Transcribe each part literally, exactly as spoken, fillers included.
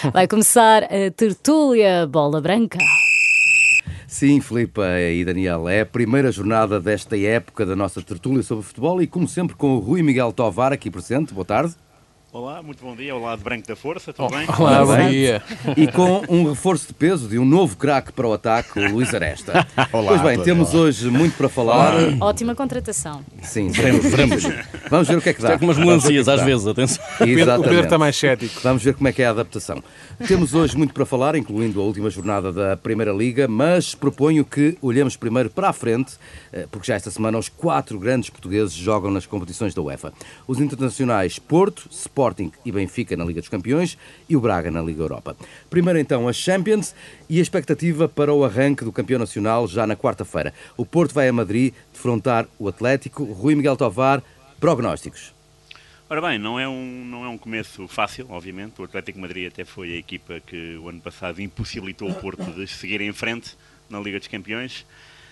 Vai começar a tertúlia Bola Branca. Sim, Filipe e Daniel, é a primeira jornada desta época da nossa tertúlia sobre futebol e, como sempre, com o Rui Miguel Tovar aqui presente. Boa tarde. Olá, muito bom dia. Olá de Branco da Força, tudo oh, bem? Olá, bom dia. E com um reforço de peso de um novo craque para o ataque, o Luís Aresta. Olá, pois bem, temos olá. hoje muito para falar. Olá. Ótima contratação. Sim, veremos, veremos. Vamos ver o que é que dá. Isto é como as melancias, às vezes, atenção. O Pedro, o Pedro Exatamente. está mais cético. Vamos ver como é que é a adaptação. Temos hoje muito para falar, incluindo a última jornada da Primeira Liga, mas proponho que olhemos primeiro para a frente, porque já esta semana os quatro grandes portugueses jogam nas competições da UEFA. Os internacionais Porto, Sporting e Benfica na Liga dos Campeões e o Braga na Liga Europa. Primeiro então a Champions e a expectativa para o arranque do campeão nacional já na quarta-feira. O Porto vai a Madrid defrontar o Atlético. Rui Miguel Tovar, prognósticos. Ora bem, não é, um, não é um começo fácil, obviamente. O Atlético de Madrid até foi a equipa que o ano passado impossibilitou o Porto de seguir em frente na Liga dos Campeões.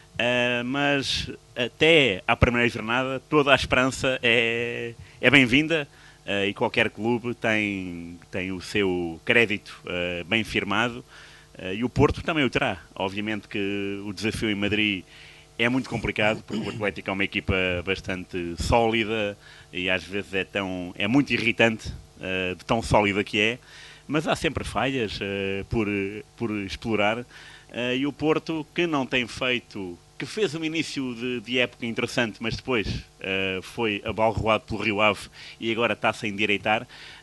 Uh, mas até à primeira jornada toda a esperança é, é bem-vinda. Uh, e qualquer clube tem, tem o seu crédito uh, bem firmado uh, e o Porto também o terá. Obviamente que o desafio em Madrid é muito complicado, porque o Atlético é uma equipa bastante sólida e às vezes é, tão, é muito irritante uh, de tão sólida que é, mas há sempre falhas uh, por, por explorar uh, e o Porto, que não tem feito... que fez um início de, de época interessante, mas depois uh, foi abalroado pelo Rio Ave e agora está-se a endireitar, uh,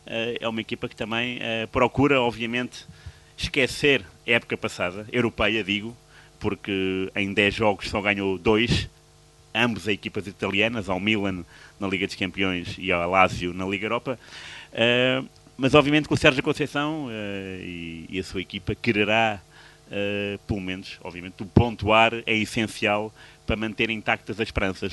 é uma equipa que também uh, procura, obviamente, esquecer a época passada, europeia, digo, porque em dez jogos só ganhou dois, ambos as equipas italianas, ao Milan na Liga dos Campeões e ao Lazio na Liga Europa, uh, mas obviamente que o Sérgio Conceição uh, e, e a sua equipa quererá Uh, pelo menos, obviamente, o pontuar é essencial para manter intactas as esperanças.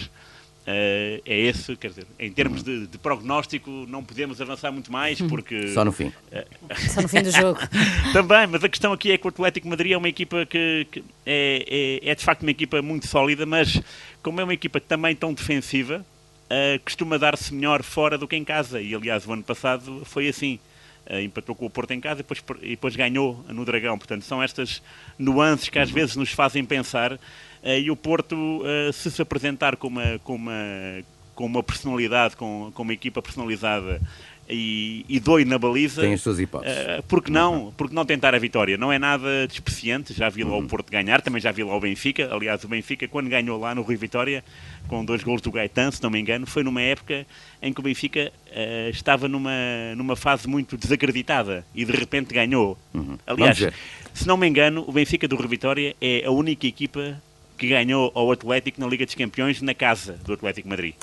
Uh, é esse, quer dizer, em termos de, de prognóstico, não podemos avançar muito mais, porque... Só no fim. Uh, Só no fim do jogo. Também, mas a questão aqui é que o Atlético de Madrid é uma equipa que, que é, é, é de facto uma equipa muito sólida, mas como é uma equipa também tão defensiva, uh, costuma dar-se melhor fora do que em casa. E, aliás, o ano passado foi assim. Uh, empatou com o Porto em casa e depois, e depois ganhou no Dragão. Portanto, são estas nuances que às vezes nos fazem pensar uh, e o Porto, uh, se se apresentar com uma, com uma, com uma personalidade, com, com uma equipa personalizada e, e doi na baliza, tem as suas hipóteses. Uh, porque, não, porque não tentar a vitória? Não é nada despreciante, já vi lá o Porto ganhar, também já vi lá o Benfica. Aliás, o Benfica, quando ganhou lá no Rui Vitória, com dois golos do Gaetan, se não me engano, foi numa época em que o Benfica uh, estava numa, numa fase muito desacreditada e de repente ganhou. Uhum. Aliás, se não me engano, o Benfica do Rui Vitória é a única equipa que ganhou ao Atlético na Liga dos Campeões na casa do Atlético de Madrid.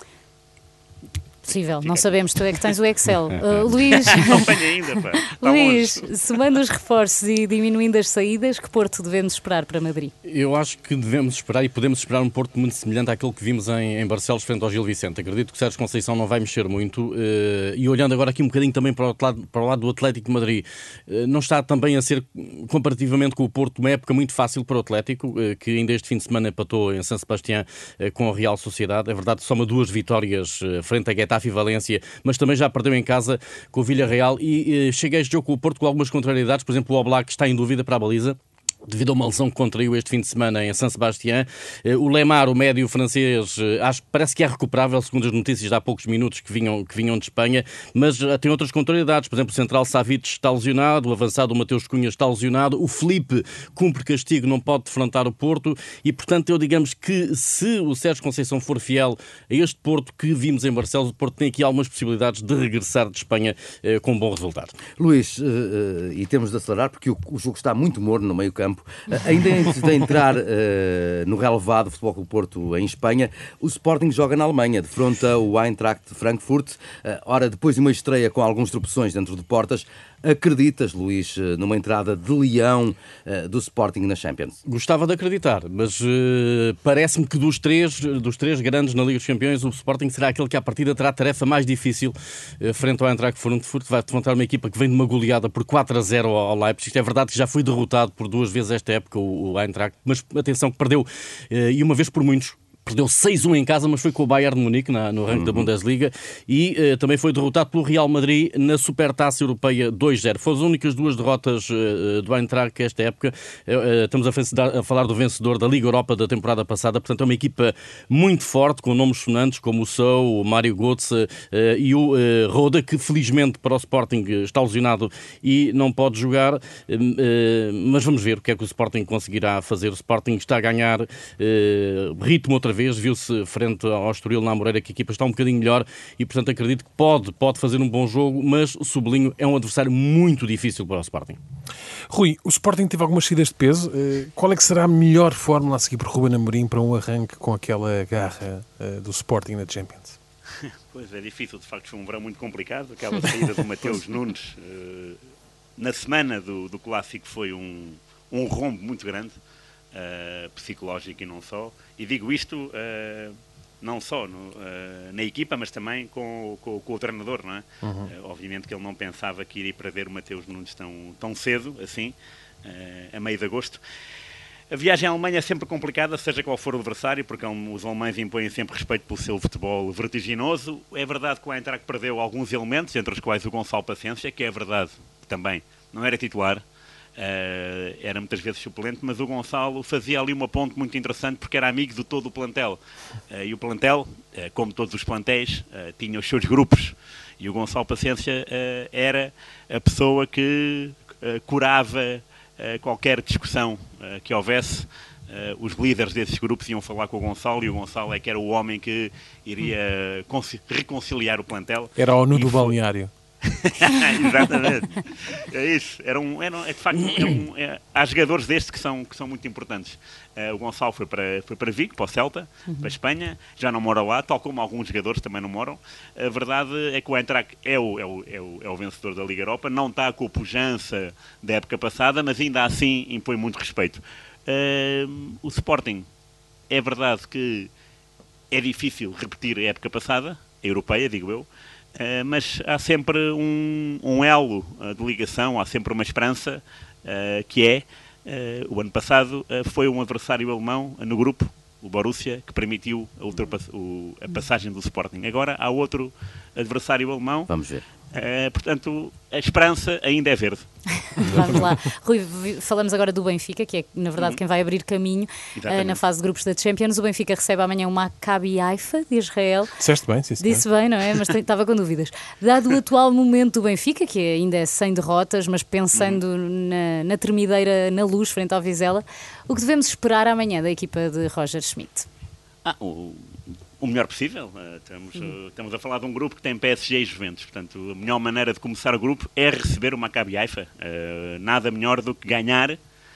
Possível, não sabemos, tu é que tens o Excel. Uh, Luís, não tenho ainda, pá. Está Luís, longe. somando os reforços e diminuindo as saídas, que Porto devemos esperar para Madrid? Eu acho que devemos esperar e podemos esperar um Porto muito semelhante àquele que vimos em, em Barcelos frente ao Gil Vicente. Acredito que o Sérgio Conceição não vai mexer muito uh, e olhando agora aqui um bocadinho também para o, lado, para o lado do Atlético de Madrid, uh, não está também a ser, comparativamente com o Porto, uma época muito fácil para o Atlético, uh, que ainda este fim de semana empatou em San Sebastián uh, com a Real Sociedade. É verdade, soma duas vitórias uh, frente a Getafe e Valência, mas também já perdeu em casa com o Villarreal e, e chega a este jogo com o Porto com algumas contrariedades. Por exemplo, o Oblak está em dúvida para a baliza devido a uma lesão que contraiu este fim de semana em San Sebastián. O Lemar, o médio francês, acho que parece que é recuperável, segundo as notícias de há poucos minutos que vinham, que vinham de Espanha, mas tem outras contrariedades. Por exemplo, o central Savic está lesionado, o avançado Mateus Cunha está lesionado, o Felipe cumpre castigo, não pode defrontar o Porto e, portanto, eu digamos que se o Sérgio Conceição for fiel a este Porto que vimos em Barcelos, o Porto tem aqui algumas possibilidades de regressar de Espanha eh, com um bom resultado. Luís, uh, uh, e temos de acelerar porque o, o jogo está muito morno no meio campo. Ainda antes de entrar uh, no relevado do Futebol Clube Porto em Espanha, o Sporting joga na Alemanha, defronta o Eintracht de Frankfurt. Uh, ora, depois de uma estreia com alguns tropeções dentro de portas, acreditas, Luís, numa entrada de leão uh, do Sporting na Champions? Gostava de acreditar, mas uh, parece-me que dos três, dos três grandes na Liga dos Campeões, o Sporting será aquele que à partida terá a tarefa mais difícil uh, frente ao Eintracht Frankfurt, que vai defrontar uma equipa que vem de uma goleada por quatro a zero ao Leipzig. É verdade que já foi derrotado por duas vezes esta época o, o Eintracht, mas atenção que perdeu uh, e uma vez por muitos perdeu seis a um em casa, mas foi com o Bayern de Munique na, no ranking uhum. da Bundesliga, e uh, também foi derrotado pelo Real Madrid na Supertaça Europeia dois a zero. Foram as únicas duas derrotas uh, do Eintracht esta época. Uh, estamos a, a falar do vencedor da Liga Europa da temporada passada, portanto é uma equipa muito forte, com nomes sonantes como o Sou, o Mário Götze uh, e o uh, Roda, que felizmente para o Sporting está lesionado e não pode jogar, uh, uh, mas vamos ver o que é que o Sporting conseguirá fazer. O Sporting está a ganhar uh, ritmo outra vez, viu-se frente ao Estoril na Amoreira que a equipa está um bocadinho melhor e, portanto, acredito que pode, pode fazer um bom jogo, mas, sublinho, é um adversário muito difícil para o Sporting. Rui, o Sporting teve algumas saídas de peso. Qual é que será a melhor fórmula a seguir por Ruben Amorim para um arranque com aquela garra do Sporting na Champions? Pois, é difícil, de facto foi um verão muito complicado, aquela saída do Mateus Nunes na semana do, do Clássico foi um, um rombo muito grande, uh, psicológico e não só, e digo isto uh, não só no, uh, na equipa, mas também com, com, com o treinador, não é? Uhum. Uh, obviamente que ele não pensava que iria perder o Mateus Nunes tão, tão cedo, assim, uh, a meio de agosto. A viagem à Alemanha é sempre complicada, seja qual for o adversário, porque os alemães impõem sempre respeito pelo seu futebol vertiginoso. É verdade que o Eintracht perdeu alguns elementos, entre os quais o Gonçalo Paciência, que é verdade também, não era titular, uh, era muitas vezes suplente, mas o Gonçalo fazia ali uma ponte muito interessante porque era amigo de todo o plantel. Uh, e o plantel, uh, como todos os plantéis, uh, tinha os seus grupos. E o Gonçalo Paciência uh, era a pessoa que uh, curava qualquer discussão uh, que houvesse, uh, os líderes desses grupos iam falar com o Gonçalo e o Gonçalo é que era o homem que iria reconciliar o plantel. Era o nudo balneário. Exatamente. É isso. Era um, era, é, de facto, é um, é, há jogadores destes que são, que são muito importantes. Uh, o Gonçalo foi para, foi para Vigo, para o Celta, uhum. para a Espanha, já não mora lá, tal como alguns jogadores também não moram. A verdade é que o Eintracht é o, é o, é o, é o vencedor da Liga Europa, não está com a pujança da época passada, mas ainda assim impõe muito respeito. Uh, o Sporting, é verdade que é difícil repetir a época passada, a europeia, digo eu, Uh, mas há sempre um, um elo uh, de ligação, há sempre uma esperança, uh, que é, uh, o ano passado uh, foi um adversário alemão uh, no grupo, o Borussia, que permitiu a, ultrapass- o, a passagem do Sporting. Agora há outro adversário alemão. Vamos ver. Uh, portanto, a esperança ainda é verde. Vamos lá. Rui, falamos agora do Benfica, que é, na verdade, uhum. quem vai abrir caminho uh, na fase de grupos da Champions. O Benfica recebe amanhã o Maccabi Haifa, de Israel. Disseste bem, sim, Disse bem, não é? Mas estava com dúvidas. Dado o atual momento do Benfica, que ainda é sem derrotas, mas pensando uhum. na, na tremideira, na luz, frente ao Vizela, o que devemos esperar amanhã da equipa de Roger Schmidt? Ah, o... O melhor possível. Uh, estamos, uh, estamos a falar de um grupo que tem P S G e Juventus. Portanto, a melhor maneira de começar o grupo é receber o Maccabi Haifa. Uh, nada melhor do que ganhar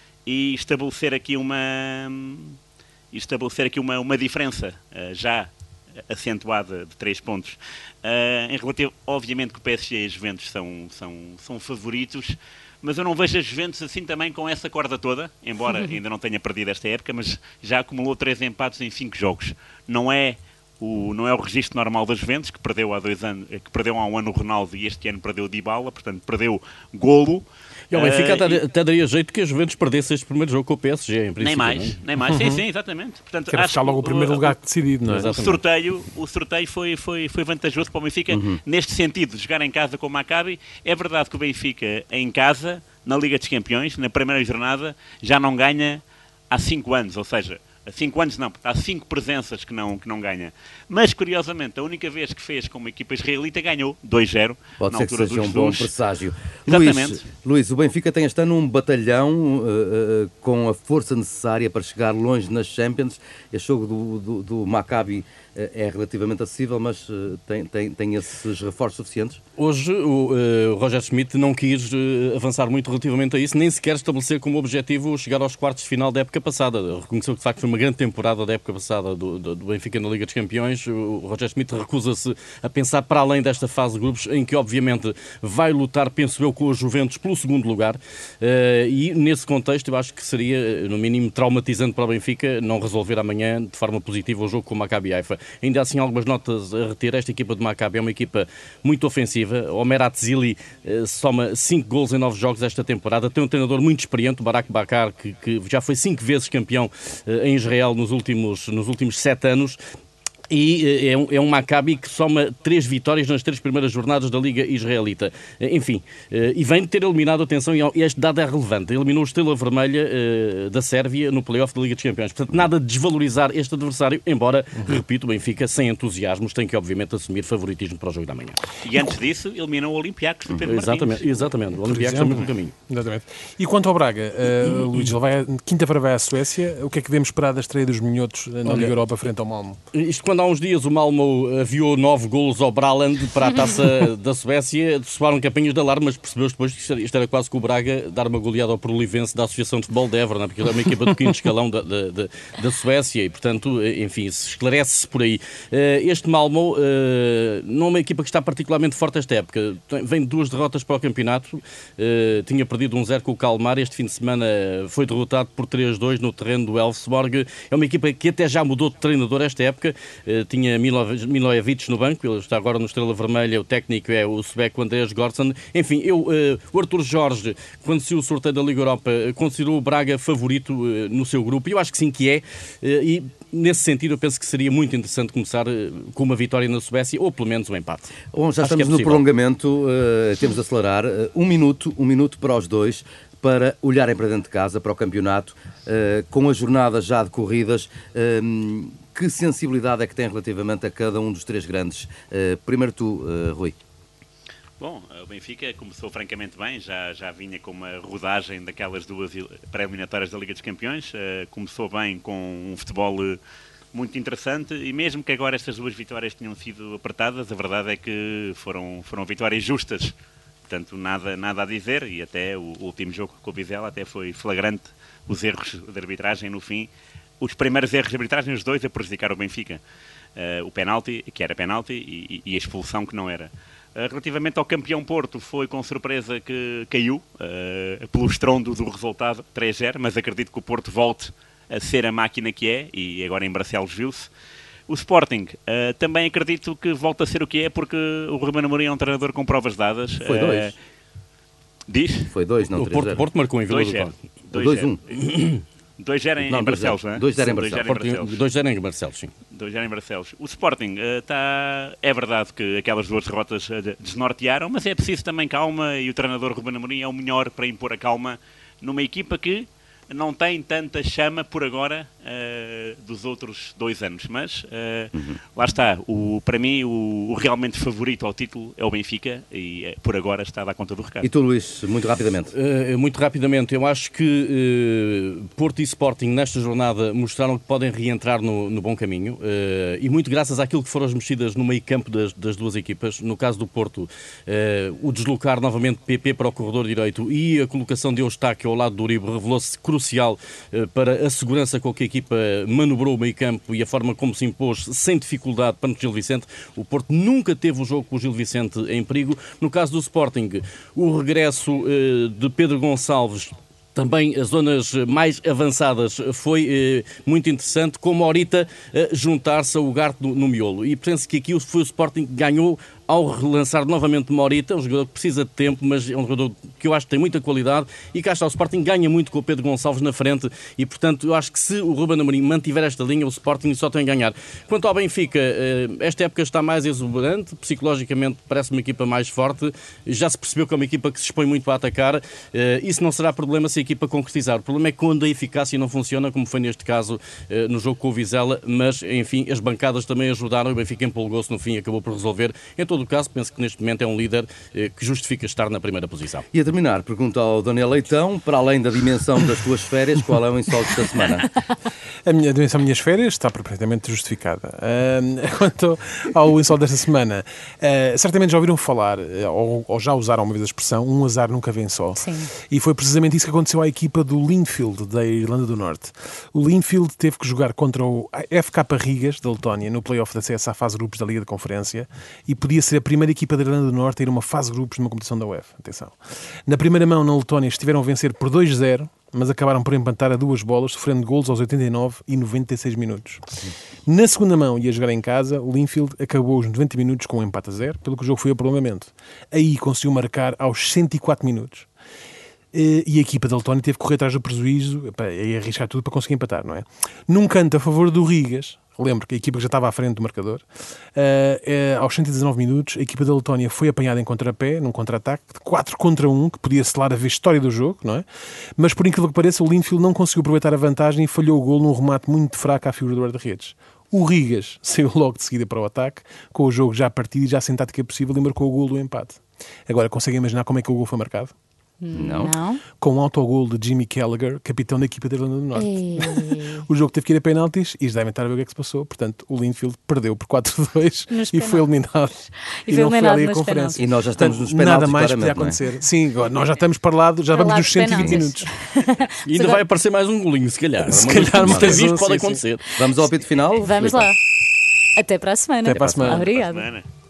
e estabelecer aqui uma, estabelecer aqui uma, uma diferença uh, já acentuada de três pontos. Uh, em relativo, obviamente que o P S G e Juventus são, são, são favoritos, mas eu não vejo a Juventus assim também com essa corda toda, embora ainda não tenha perdido esta época, mas já acumulou três empates em cinco jogos. Não é o, não é o registro normal das Juventus, que perdeu há dois anos, que perdeu há um ano o Ronaldo e este ano perdeu o Dybala, portanto perdeu golo. E o Benfica uh, até, até daria jeito que a Juventus perdesse este primeiro jogo com o P S G, em princípio. Nem mais, não? nem mais, sim, sim, exatamente. Portanto, Quero ficar logo o primeiro o, lugar decidido, não é? O sorteio, o sorteio foi, foi, foi vantajoso para o Benfica, uhum. neste sentido, de jogar em casa com o Maccabi. É verdade que o Benfica, em casa, na Liga dos Campeões, na primeira jornada, já não ganha há cinco anos, ou seja, há cinco anos não, há cinco presenças que não, que não ganha. Mas, curiosamente, a única vez que fez com uma equipa israelita ganhou dois a zero. Pode na ser altura que seja do um bom Jesus. presságio. Exatamente. Luís, Luís, o Benfica tem este ano um batalhão uh, uh, com a força necessária para chegar longe nas Champions. Este jogo do, do, do Maccabi uh, é relativamente acessível, mas uh, tem, tem, tem esses reforços suficientes? Hoje o uh, Roger Schmidt não quis uh, avançar muito relativamente a isso, nem sequer estabelecer como objetivo chegar aos quartos de final da época passada. Reconheceu que de facto foi uma grande temporada da época passada do, do, do Benfica na Liga dos Campeões. O Roger Schmidt recusa-se a pensar para além desta fase de grupos, em que obviamente vai lutar, penso eu, com os Juventus pelo segundo lugar, uh, e nesse contexto eu acho que seria, no mínimo, traumatizante para o Benfica não resolver amanhã de forma positiva o jogo com o Maccabi Haifa. Ainda assim, algumas notas a reter. Esta equipa de Maccabi é uma equipa muito ofensiva. Omer Atzili uh, soma cinco golos em nove jogos esta temporada. Tem um treinador muito experiente, o Barak Bakar, que, que já foi cinco vezes campeão uh, em Israel nos últimos, nos últimos sete anos. E é um, é um Maccabi que soma três vitórias nas três primeiras jornadas da Liga Israelita. Enfim, e vem de ter eliminado, atenção, e este dado é relevante, eliminou a Estrela Vermelha uh, da Sérvia no play-off da Liga dos Campeões. Portanto, nada de desvalorizar este adversário, embora, uhum. repito, o Benfica, sem entusiasmos, tem que, obviamente, assumir favoritismo para o jogo da manhã. E antes disso, eliminou o Olympiacos do Pedro exatamente, Martins. Exatamente, o Olympiacos também no caminho. Exatamente. E quanto ao Braga, uh, Luís, ele vai, quinta-feira vai à Suécia, o que é que devemos esperar da estreia dos minhotos na Olha, Liga Europa frente ao Malmo? Isto quando há uns dias o Malmo aviou nove golos ao Braland para a taça da Suécia, soaram campainhas de alarme, mas percebeu-se depois que isto era quase que o Braga dar uma goleada ao Prolivense da Associação de Futebol de Évora, não é? Porque ele é uma equipa do quinto escalão da, da, da, da Suécia e, portanto, enfim, se esclarece-se por aí. Este Malmo não é uma equipa que está particularmente forte esta época, vem de duas derrotas para o campeonato, tinha perdido um zero com o Kalmar, este fim de semana foi derrotado por três a dois no terreno do Elfsborg. É uma equipa que até já mudou de treinador esta época, tinha Milojevic no banco, ele está agora no Estrela Vermelha, o técnico é o sueco Andreas Gorsson. Enfim, eu, uh, o Artur Jorge, quando se o sorteio da Liga Europa, considerou o Braga favorito uh, no seu grupo, e eu acho que sim que é, uh, e nesse sentido eu penso que seria muito interessante começar uh, com uma vitória na Suécia, ou pelo menos um empate. Bom, já acho estamos é no prolongamento, uh, temos de acelerar, uh, um minuto, um minuto para os dois, para olharem para dentro de casa, para o campeonato, uh, com as jornadas já decorridas. Uh, Que sensibilidade é que tem relativamente a cada um dos três grandes? Uh, primeiro tu, uh, Rui. Bom, o Benfica começou francamente bem, já, já vinha com uma rodagem daquelas duas pré-eliminatórias da Liga dos Campeões, uh, começou bem com um futebol uh, muito interessante e mesmo que agora estas duas vitórias tenham sido apertadas, a verdade é que foram, foram vitórias justas, portanto nada, nada a dizer, e até o, o último jogo com o Vizela até foi flagrante, os erros de arbitragem no fim. Os primeiros erros de arbitragem, os dois, a prejudicar o Benfica. Uh, o penalti, que era penalti, e, e a expulsão, que não era. Uh, relativamente ao campeão Porto, foi com surpresa que caiu, uh, pelo estrondo do resultado, três a zero, mas acredito que o Porto volte a ser a máquina que é, e agora em Barcelos viu-se. O Sporting, uh, também acredito que volta a ser o que é, porque o Ruben Amorim é um treinador com provas dadas. Foi dois. Uh, diz? Foi dois, não o três. O Porto marcou em Vila do Conde. dois a um. dois a zero em, em Barcelos, não é? dois a zero em Barcelos. dois a zero em Barcelos, sim. dois a zero em Barcelos. O Sporting está... Uh, é verdade que aquelas duas derrotas uh, desnortearam, mas é preciso também calma, e o treinador Ruben Amorim é o melhor para impor a calma numa equipa que não tem tanta chama por agora uh, dos outros dois anos, mas uh, uhum. lá está, o, para mim o, o realmente favorito ao título é o Benfica e uh, por agora está a dar conta do recado. E tu, Luís, muito rapidamente? Uh, muito rapidamente, eu acho que uh, Porto e Sporting nesta jornada mostraram que podem reentrar no, no bom caminho uh, e muito graças àquilo que foram as mexidas no meio campo das, das duas equipas. No caso do Porto, uh, o deslocar novamente P P para o corredor direito e a colocação de Eustáquio ao lado do Uribe revelou-se crucial uh, para a segurança com que a equipa manobrou o meio campo e a forma como se impôs sem dificuldade para o Gil Vicente. O Porto nunca teve o jogo com o Gil Vicente em perigo. No caso do Sporting, o regresso uh, de Pedro Gonçalves, também as zonas mais avançadas, foi eh, muito interessante, com Morita eh, juntar-se ao Ugarte no, no miolo. E penso que aqui foi o Sporting que ganhou ao relançar novamente Morita, um jogador que precisa de tempo, mas é um jogador que eu acho que tem muita qualidade, e cá está, o Sporting ganha muito com o Pedro Gonçalves na frente, e portanto eu acho que se o Ruben Amorim mantiver esta linha, o Sporting só tem a ganhar. Quanto ao Benfica, esta época está mais exuberante, psicologicamente parece uma equipa mais forte, já se percebeu que é uma equipa que se expõe muito a atacar, isso não será problema se a equipa concretizar. O problema é quando a eficácia não funciona, como foi neste caso no jogo com o Vizela, mas enfim, as bancadas também ajudaram, o Benfica empolgou-se no fim e acabou por resolver. Então, todo o caso, penso que neste momento é um líder eh, que justifica estar na primeira posição. E a terminar, pergunta ao Daniel Leitão, para além da dimensão das tuas férias, qual é o insólito da semana? A minha a dimensão das minhas férias está perfeitamente justificada. Uh, quanto ao insólito desta semana, uh, certamente já ouviram falar, ou, ou já usaram uma vez a expressão, um azar nunca vem só. Sim. E foi precisamente isso que aconteceu à equipa do Linfield, da Irlanda do Norte. O Linfield teve que jogar contra o F K Rigas, da Letónia, no play-off de acesso à fase de grupos da Liga de Conferência, e podia ser a primeira equipa da Irlanda do Norte a ir a uma fase de grupos numa competição da UEFA. Atenção. Na primeira mão, na Letónia, estiveram a vencer por dois a zero, mas acabaram por empatar a duas bolas, sofrendo golos aos oitenta e nove e noventa e seis minutos. Sim. Na segunda mão, e a jogar em casa, o Linfield acabou os noventa minutos com um empate a zero, pelo que o jogo foi a prolongamento. Aí conseguiu marcar aos cento e quatro minutos. e a equipa da Letónia teve que correr atrás do prejuízo e arriscar tudo para conseguir empatar, não é? Num canto a favor do Rigas, lembro que a equipa já estava à frente do marcador, uh, uh, aos cento e dezanove minutos, a equipa da Letónia foi apanhada em contrapé, num contra-ataque, de quatro contra um, que podia selar a história do jogo, não é? Mas, por incrível que pareça, o Linfield não conseguiu aproveitar a vantagem e falhou o golo num remate muito fraco à figura do guarda-redes. O Rigas saiu logo de seguida para o ataque, com o jogo já partido e já sem tática possível, e marcou o golo do empate. Agora, conseguem imaginar como é que o golo foi marcado? Não. Não. Com um autogol de Jimmy Gallagher, capitão da equipa da Irlanda do Norte. O jogo teve que ir a penaltis e já devem estar a ver o que é que se passou. Portanto, o Linfield perdeu por quatro a dois e penal. foi eliminado. E, e foi não eliminado foi ali a conferência. conferência. E nós já estamos nos penaltis. Nada mais podia acontecer. É? Sim, nós já estamos parlados, já vamos dos cento e vinte minutos. E ainda vai aparecer mais um golinho, se calhar. Se calhar mais um, sim, pode sim. acontecer. Vamos ao apito final? Vamos lá. Até para a semana. Até para a semana. Obrigada. Para a semana.